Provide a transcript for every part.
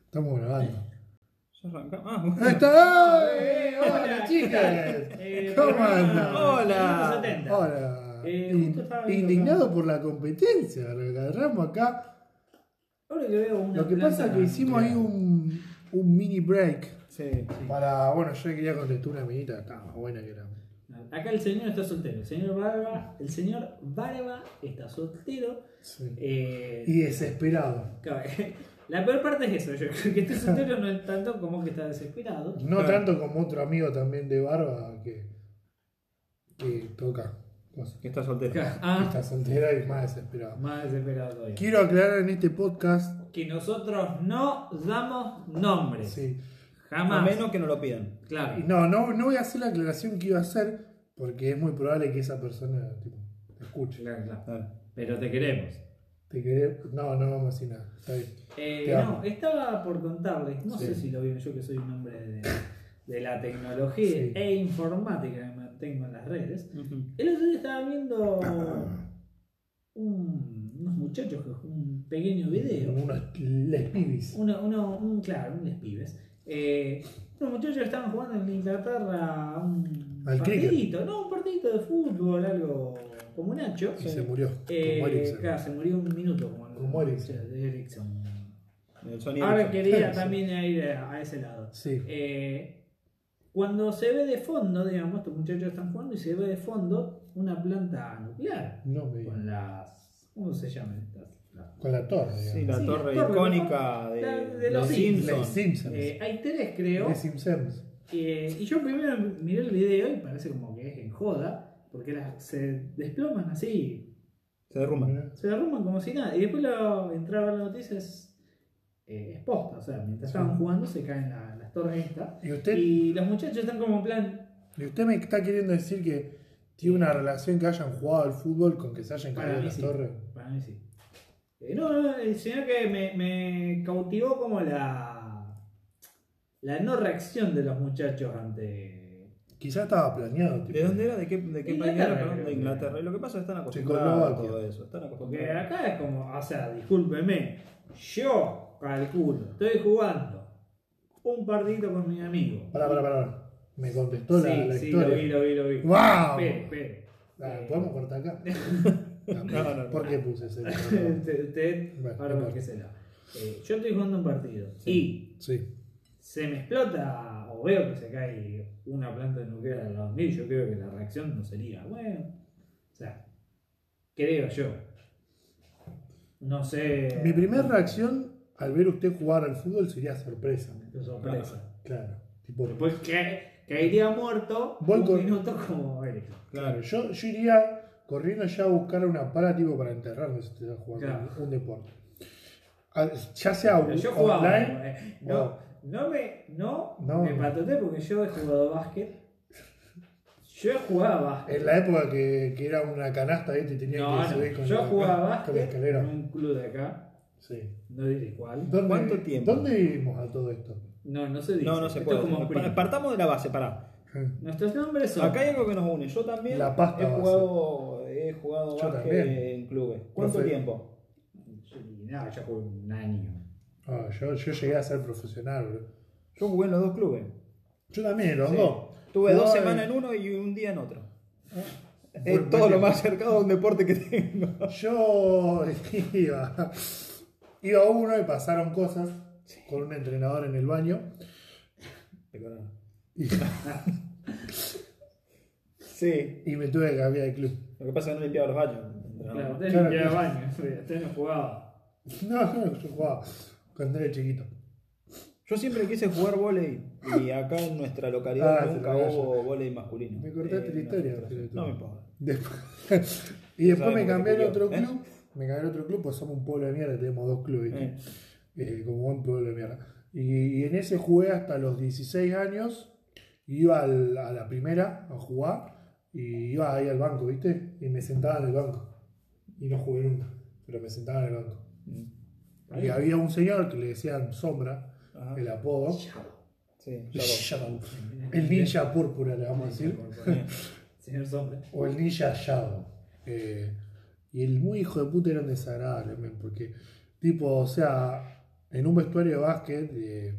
Estamos grabando. Ya arrancamos. ¡Ahí está! ¡Hola, chicas! ¿Cómo andan? Hola. 170. Hola. Justo estaba viendo Indignado acá. por la competencia. Lo que agarramos acá. Ahora que veo una Lo que pasa es que hicimos ahí un mini break. Sí. Para, bueno, yo quería contestar una minita. Estaba buena que era. Acá el señor está soltero. El señor Barba está soltero. Sí. Eh, Y desesperado. claro, la peor parte es eso. Yo creo que esté soltero no es tanto como que está desesperado. No Claro. tanto como otro amigo también de Barba que toca cosas. Que está soltero. Que está soltera y más desesperado. Más desesperado todavía. Quiero aclarar en este podcast. Que nosotros no damos nombres. Sí. Jamás. A menos que no lo pidan. Claro. Y no voy a hacer la aclaración que iba a hacer porque es muy probable que esa persona tipo, te escuche. Claro. Claro. Pero te queremos. ¿Te querés? No vamos a decir nada. Está bien. Te amo. No, estaba por contarles, no Sí. sé si lo vieron, yo que soy un hombre de la tecnología Sí. e informática, me mantengo en las redes. Ujú. El otro día estaba viendo unos muchachos, un pequeño video, Unos les pibis. claro, unos pibes. Unos muchachos estaban jugando en Inglaterra un Al partidito, no, un partidito de fútbol, algo como Nacho. Y se murió. Como Eriksen. Claro, se murió un minuto Como Eriksen. de Eriksen. El sonido. Ahora quería Sí. también ir a ese lado. Sí. Cuando se ve de fondo, digamos, estos muchachos están jugando y se ve de fondo una planta nuclear. No me Con las. ¿Cómo se llaman estas? Con la torre. Sí, digamos. la Sí, torre la torre, icónica ¿no? de De los Les Simpsons. Simpsons. Hay tres, creo. Les Simpsons. Y yo primero miré el video y parece como que es en joda, porque se desploman así, Se derrumba. Mira. se derrumban como si nada. Y después entraba la noticia, es posta, o sea, mientras estaban jugando se caen las torres estas. Y Y los muchachos están como en plan. usted me está queriendo decir que tiene una relación que hayan jugado al fútbol con que se hayan Para caído mí las sí. torres. Para mí sí. No, sino que me cautivó como la no reacción de los muchachos ante. Quizás estaba planeado. tipo. ¿De dónde era? ¿De qué país Inglaterra, era? Perdón, creo de que Inglaterra. Y lo que pasa es que están acostumbrados a Checoslovaquia. todo eso. Están Porque acostumbrados. acá es como, o sea, discúlpeme, yo calculo, estoy jugando un partidito con mi amigo. Pará. Me contestó la Sí, historia. lo vi. ¡Wow! Espere. ¿Podemos cortar acá? No. ¿Por qué puse ese? Usted, Bueno, ahora no por qué será. Yo estoy jugando un partido Sí. Sí. y se me explota o veo que se cae una planta nuclear al lado mío, yo creo que la reacción no sería, bueno, o sea, creo yo. No sé. Mi primera reacción al ver usted jugar al fútbol sería sorpresa. De sorpresa. Claro. Tipo, Después caería muerto Voy un con- minuto como Eriksen. claro, yo iría corriendo ya a buscar una pala tipo para enterrarme si usted está jugando Claro. un deporte. Ya sea Pero yo jugaba. online. No No. me patoté porque yo he jugado básquet. Yo jugaba básquet. En la época que era una canasta, ¿viste? Y tenía No, que subir con yo la, jugaba con la básquet en escalera. un club de acá. Sí. No diré cuál. ¿Cuánto tiempo? ¿Dónde vivimos a todo esto? No se dice. No se Esto puede. es como primo. Partamos de la base, pará. Nuestros nombres son. Acá hay algo que nos une. Yo también La pasta he base. jugado Yo básquet también. en clubes. ¿Cuánto Profe. tiempo? No, yo jugué un año. Yo llegué a ser profesional, bro. Yo jugué en los dos clubes. Yo también, los Sí. dos. Tuve 2 Jugaba semanas en uno y un día en otro. Buen Es todo lo tiempo. más cercano a un deporte que tengo. Yo iba a uno y pasaron cosas con un entrenador en el baño. Y, Sí. y me tuve que cambiar de club. Lo que pasa es que no limpiaba los baños. Claro, usted Claro limpiaba que- baño. Usted no jugaba. No, yo jugaba cuando era chiquito. Yo siempre quise jugar vóley y acá en nuestra localidad se nunca lo vaya. hubo vóley masculino. Me cortaste la historia. No me importa. Después, y después me Sabemos cambié que al otro murió, ¿eh? club. Me cambié al otro club, pues somos un pueblo de mierda, tenemos dos clubes. Como buen pueblo de mierda. Y en ese jugué hasta los 16 años. Iba a la primera a jugar. Y iba ahí al banco, ¿viste? Y me sentaba en el banco. Y no jugué nunca, pero me sentaba en el banco. Y había un señor que le decían Sombra, Ajá. el apodo. Sí, Shadow. El ninja púrpura, le vamos a decir. Señor Sombra. O el ninja Shadow. Y el muy hijo de puta era un desagradable, men, porque, tipo, o sea, en un vestuario de básquet,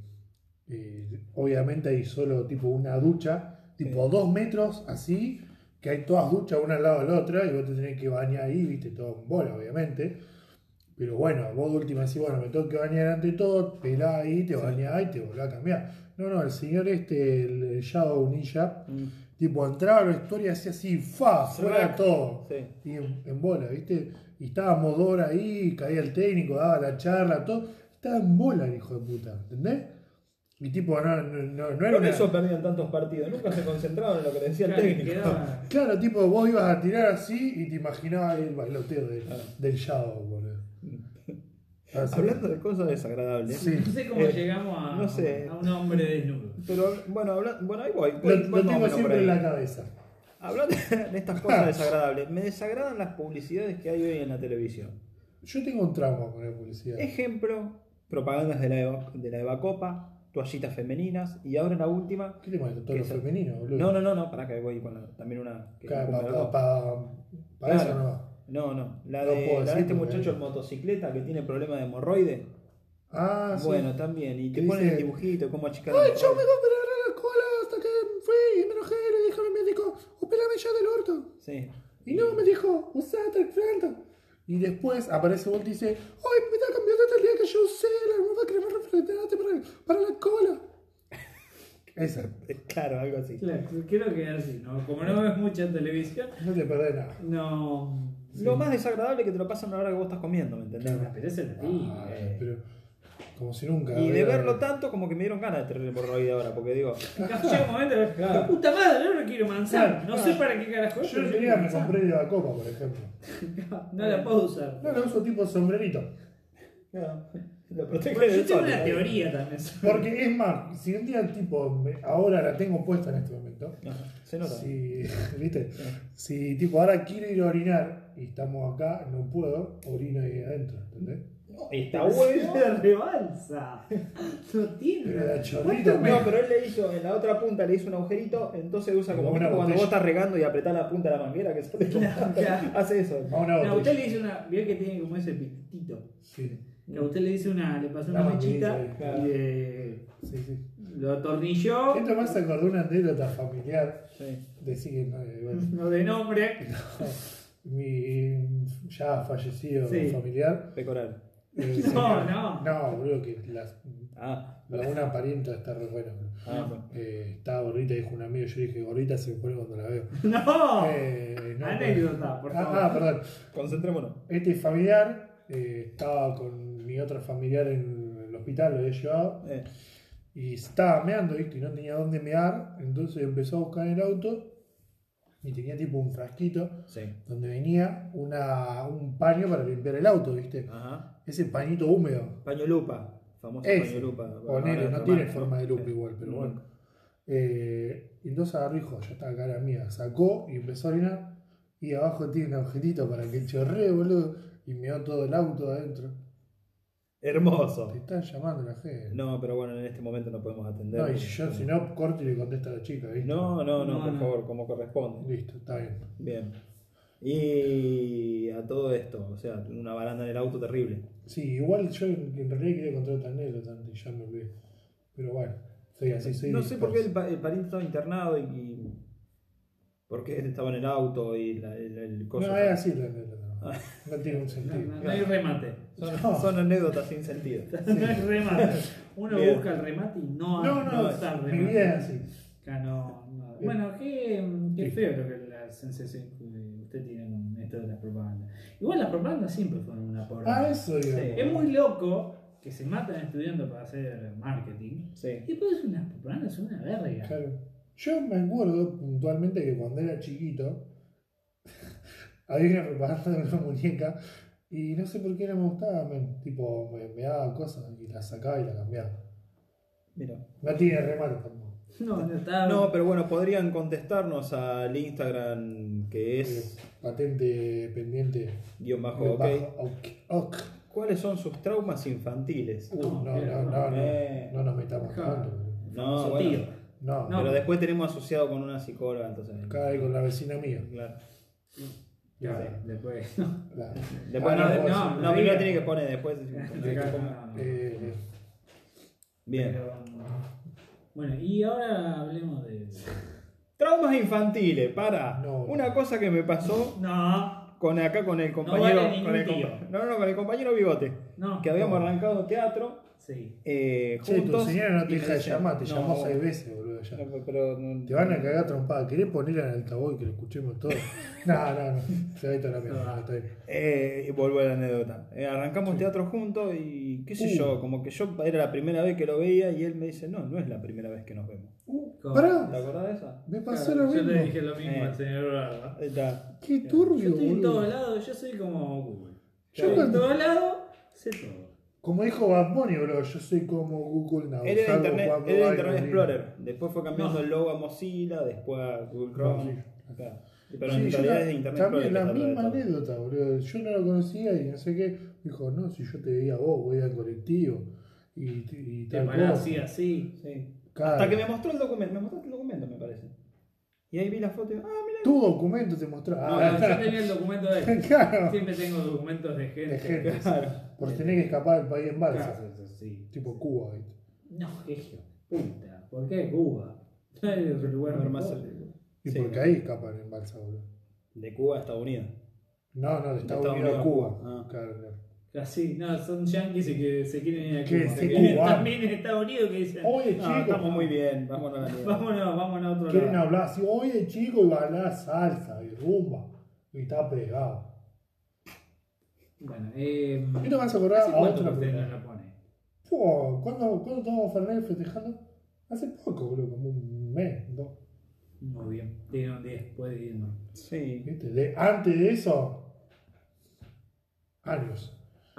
obviamente hay solo tipo una ducha, tipo Sí. 2 metros así, que hay todas duchas una al lado de la otra, y vos te tenés que bañar ahí, viste, todo en bola, obviamente. Pero bueno, vos de última decís, bueno, me tengo que bañar ante todo, pelá ahí, te bañás y te volvés a cambiar. No, el señor el Shadow Ninja, tipo entraba al vestuario y hacía así, fuera todo. Sí. Y en bola, ¿viste? Y estaba Modora ahí, caía el técnico, daba la charla, todo. Estaba en bola el hijo de puta, ¿entendés? Y tipo, no era Por una... eso perdían tantos partidos, nunca se concentraban en lo que decía el Claro, técnico. quedaba- Claro, tipo, vos ibas a tirar así y te imaginabas el bailoteo Ah. del Shadow, boludo. Así. Hablando de cosas desagradables. Sí. No sé cómo llegamos a, no sé. a un hombre desnudo. Pero bueno, bueno ahí voy. Lo voy más o tengo menos por siempre ahí. en la cabeza. Hablando de estas cosas desagradables, me desagradan las publicidades que hay hoy en la televisión. Yo tengo un trauma con la publicidad. Ejemplo, propagandas de la Evacopa, toallitas femeninas y ahora la última. ¿Qué te molesta? Todo ¿Qué lo es? femenino, boludo. No, para que voy con también una que Para cumple algo. eso Claro. no va. No, la No de, puedo la de decir este porque- muchacho en motocicleta que tiene problema de hemorroides. Ah, sí. Bueno, también, y te Que ponen dice, el dibujito, cómo achicar Ay, la yo me voy a operar a la cola hasta que fui y me enojé y le dije a mi médico, opérame ya del orto. Sí. Y no, me dijo, usate el frente. Y después aparece Walt y dice, ay, me da cambiado el día que yo usé la nueva crema refrescante para la cola. Esa. Claro, algo así. Claro, creo que es así, ¿no? Como no ves mucha televisión, No te perdés nada. no. Lo más desagradable es que te lo pasan a la hora que vos estás comiendo, ¿me entendés? Pero ese es la típica. Ah, pero como si nunca. Y de hubiera- verlo tanto como que me dieron ganas de tener hemorroide ahora, porque digo, Llega un momento que, Claro. puta madre, yo no quiero manzana. Claro, No sé para qué carajo es. Yo pero el otro quiero día me manzana. compré de la copa, por ejemplo. No la puedo usar. No, lo uso tipo sombrerito. lo protege Bueno, yo del tengo sol. una ¿no? teoría también. Porque es más, si un día tipo, ahora la tengo puesta en este momento. Ajá, se nota. Si, ¿viste? Si tipo ahora quiero ir a orinar y estamos acá, no puedo, orino ahí adentro, ¿entendés? Y está bueno. La rebalsa. No tiene. Pero una- la chorrito No, pero él le hizo, en la otra punta le hizo un agujerito, entonces usa como Como una tipo cuando botella. vos estás regando y apretás la punta de la manguera que sale como- Claro. hace eso. A una No, a usted botella. le dice una. Vio que tiene como ese pitito. Sí, Que a usted le dice una. Le pasó una La mechita manguerita, y sí. lo atornilló. Esto me hace acordar una anécdota familiar. Sí. Decir que no, bueno, No de nombre. mi ya fallecido Sí. familiar. Pecoral. No. No, boludo, que Ah, una parienta está re buena. bueno. Estaba gordita, dijo un amigo, yo dije, gordita se me pone cuando la veo. No. No, Anécdota, por favor. perdón. Concentrémonos. Este familiar estaba con mi otro familiar en el hospital, lo había llevado, y estaba meando, ¿viste? Y no tenía dónde mear, entonces empezó a buscar en el auto y tenía tipo un frasquito Sí. donde venía un paño para limpiar el auto, ¿viste? Ajá. Ese pañito húmedo. Paño lupa. Famoso Ese. paño lupa. Ponele, Ahora no es tiene romano, forma de lupa Sí. igual, pero No. bueno. Y entonces agarró y dijo, ya está acá la mía. Sacó y empezó a orinar. Y abajo tiene un agujerito para que chorree, boludo. Y meó todo el auto adentro. Hermoso. Te están llamando la gente. No, pero bueno, en este momento no podemos atender. No, y si no, corto y le contesta a la chica, ¿viste? No, por No. favor, como corresponde. Listo, está bien. Bien. Y a todo esto, o sea, una baranda en el auto terrible. Sí, igual yo en realidad quería contar otra anécdota antes y ya me olvidé. Pero bueno, soy así, soy No sé por qué disperso. el pariente estaba internado y por qué estaba en el auto y el coso. No, es así la anécdota. Ah. No tiene un No, sentido. no hay remate. Son anécdotas sin sentido. No hay remate. Uno Bien. busca el remate y no No, está el mi remate. vida es así. Acá no. Bien. Bueno, qué Sí. feo lo que la sensación que usted tiene con esto de las propagandas. Igual las propagandas siempre fueron una porra. Eso, digamos. Es muy loco que se matan estudiando para hacer marketing. Sí. Y después unas propagandas son una verga. Claro. Yo me acuerdo puntualmente que cuando era chiquito había una propaganda de una muñeca y no sé por qué no me gustaba, tipo me daba cosas y la sacaba y la cambiaba. Mira. No tiene remate tampoco. No está. No, pero bueno, podrían contestarnos al Instagram que es Patente pendiente. guión bajo guión ok. bajo, ok. ¿Cuáles son sus traumas infantiles? No nos metamos Claro. tanto. No, Su bueno. tío. No, No. Pero después tenemos asociado con una psicóloga, entonces. acá hay con la vecina mía. Claro. Claro, Claro. después. Claro. Después Ah, no, no, no, primero tiene que poner después. Eh, Bien. Pero, bueno, y ahora hablemos de. Traumas infantiles, para. No. Una cosa que me pasó No, con el compañero. vale ningún con el tío. con el compañero Bigote. no. Que habíamos No. arrancado teatro Sí. che, tu juntos. señora no te y deja me de dice, llamar, te no, llamó 6 veces, boludo. Ya. no, pero no- Te van a cagar trompada. ¿Querés ponerla en el altavoz y que lo escuchemos todo? No. Se va a ir la mierda. Está bien. Y vuelvo a la anécdota. Arrancamos teatro juntos y qué sé yo, como que yo era la primera vez que lo veía y él me dice, no es la primera vez que nos vemos. ¿Cómo? Pará, ¿Te acordás de esa? me pasó Claro, lo yo mismo. le dije lo mismo al señor Barba. Ahí está. Qué turbio, Yo estoy en boludo. todos lados, yo soy como Google. Yo Yo en cuando- todos lados sé todo. Como dijo Bad Bunny, bro, yo soy como Google Now. Él era salvo Internet, cuando él era hay Internet un Explorer. Después fue cambiando No. el logo a Mozilla, después a Google Chrome. sí. Claro. Pero Sí, en yo realidad es de Internet también la Explorer. que misma trata de todo. anécdota, boludo. Yo no lo conocía y no sé qué. Dijo, no, si yo te veía a vos, voy al colectivo y Te tal parás cosa. así, así. Sí. Claro. Hasta que me mostró el documento. Me mostraste el documento, me parece. Y ahí vi la foto y mira. Tu documento te mostraba. No, yo tenía el documento de él. Claro. Siempre tengo documentos de gente. De gente. Claro. Por tener que escapar del país en balsa. Claro, eso sí. Tipo Cuba, ¿viste? No, qué hijo de puta. ¿Por qué Cuba? No hay otro lugar Bueno, más mejor. Y Sí, porque ahí escapan en balsa, boludo. de Cuba a Estados Unidos. No, de Estados Estados Unidos a Unidos a Cuba. Cuba. Ah. Claro. Así, no, son yanquis y que se quieren ir a Que Cuba. se Que Cuba. también en Estados Unidos que dicen, Oye, No, chicos. estamos muy bien. Vámonos a la mierda. vámonos a otro Quieren lado. hablar así, oye, chico, y bailar salsa y rumba. Y está pegado. Bueno, ¿Qué te vas a acordar ¿hace a cuánto otra que usted pregunta? no la pone? ¿Cuándo tomamos Fernet festejando? Hace poco, boludo, como un mes, dos. Muy bien, tiene un día después de irnos. Sí. ¿Viste? Antes de eso, años.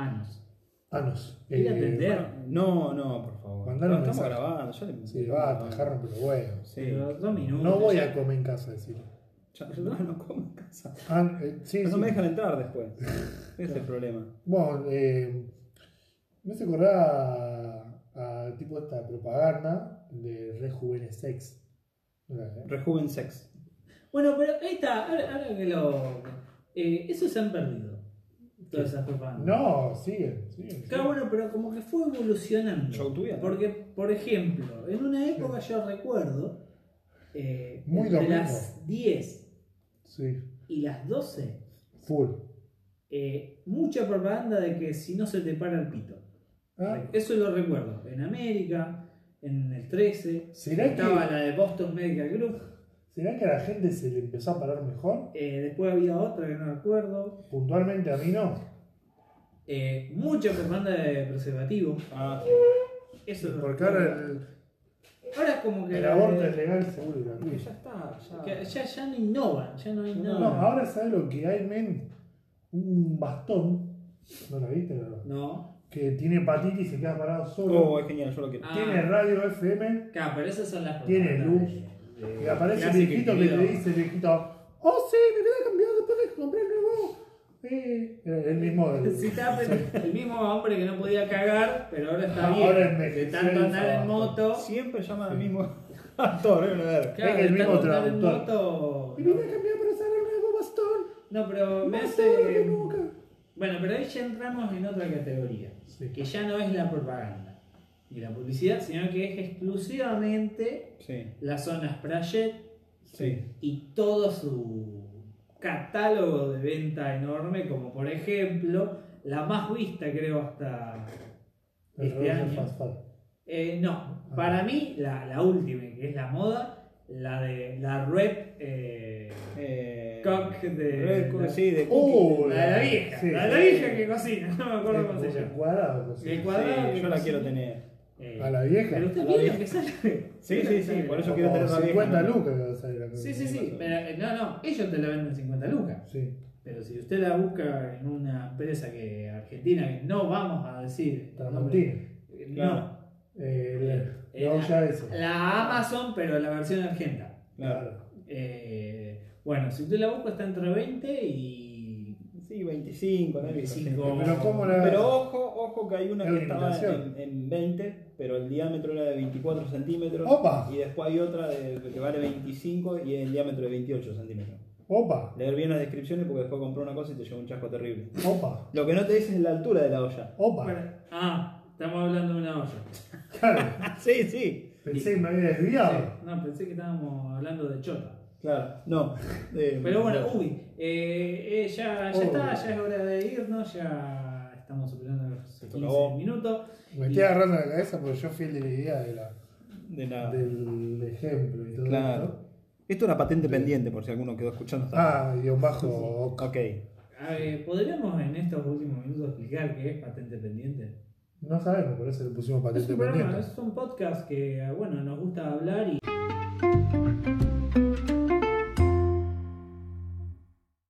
Años. Ir a Eh, atender. No, por favor. Mandar No, un estamos mensaje. grabando. Ya le Sí, va a atajar romper los huevos. Sí. Pero 2 minutos. No voy ya. a comer en casa, decirlo. No como en casa. Sí, No sí. me dejan entrar después. Ese es el problema. Bueno, me hace acordar a tipo esta propaganda de Rejuvenesex. Rejuven sex. Bueno, pero ahí está, ahora que lo. Eso se han perdido. Todas esas propagandas. No, siguen. Claro, bueno, pero como que fue evolucionando. Show tuya, ¿no? Porque, por ejemplo, en una época yo recuerdo. Muy entre domingo. las 10 Sí, y las 12. full. Mucha propaganda de que si no se te para el pito. Ah, Eso lo recuerdo. En América, en el 13. ¿Será estaba que- la de Boston Medical Group. ¿Será que a la gente se le empezó a parar mejor? Después había otra que no recuerdo. Puntualmente a mí no. Mucha propaganda de preservativo. Ah, Eso lo Porque recuerdo. ahora Ahora es como que. el aborto es legal, seguro y que gratuito. ya está. que ya no innovan, ya no hay No, nada. ahora sabes lo que hay, men. Un bastón. ¿No la viste? No. Que tiene patita y se queda parado solo. Oh, es genial, yo lo quiero. Ah. Tiene radio FM. Claro, pero esas son las Tiene propagandas luz. de Y aparece el clásico viejito que incluido. te dice, el viejito, oh sí, mi vida cambió después de que compré el nuevo. El mismo del... Sí, está, pero el mismo hombre que no podía cagar, pero ahora está bien. Ahora de envejeció tanto el andar en sábado. moto. Siempre llaman al mismo actor, una verga. Claro, Es el de mismo tanto andar en traductor. moto. Mi vida cambió para usar el nuevo bastón. No, pero me Más seguro que hace. nunca. Bueno, pero ahí ya entramos en otra categoría. Sí. Que ya no es la propaganda ni la publicidad, sino que es exclusivamente Sí, las zonas Prayet sí. y todo su catálogo de venta enorme, como por ejemplo la más vista creo hasta El este reloj de año. Fast Food. No, para mí la última, que es la moda, la de la Red Cock de Sí, de cookie. la de la vieja, sí, la de la sí. vieja que cocina, no me acuerdo cómo se El llama. cuadrado. pues, sí. El cuadrado Sí, que yo la cocina. quiero tener. A la vieja. Pero usted A la vio lo vieja. que sale. Sí, por eso quiero Como tener la vieja. 50 lucas que va a salir la Sí, pero no, ellos te la venden 50 lucas. Sí, Pero si usted la busca en una empresa que argentina, que no vamos a decir. Tramontina. No. La olla esa. La Amazon, pero la versión argenta. Claro. Bueno, si usted la busca está entre 20 y. Sí, 25, ¿no? 25. Pero ¿cómo la...? Pero ojo que hay una Es que una estaba imitación. en 20, pero el diámetro era de 24 centímetros. ¡Opa! Y después hay otra que vale 25 y el diámetro de 28 centímetros. Opa, Leer bien las descripciones porque después compró una cosa y te lleva un chasco terrible. opa, Lo que no te dicen es la altura de la olla. opa. Estamos hablando de una olla. Claro, Sí, sí. pensé que me había desviado. Sí, no, pensé que estábamos hablando de chota. Claro, no. Pero bueno, no. ya está, ya es hora de irnos, ya estamos superando los 15 acabó. minutos. Me estoy agarrando la cabeza porque yo fui el de la idea De nada. del ejemplo y todo Claro. esto. Esto es una patente pendiente por si alguno quedó escuchando hasta Ah, guión bajo. Ok. ¿Podríamos en estos últimos minutos explicar qué es patente pendiente? No sabemos, por eso le pusimos Es patente un programa, pendiente. es un podcast que, bueno, nos gusta hablar y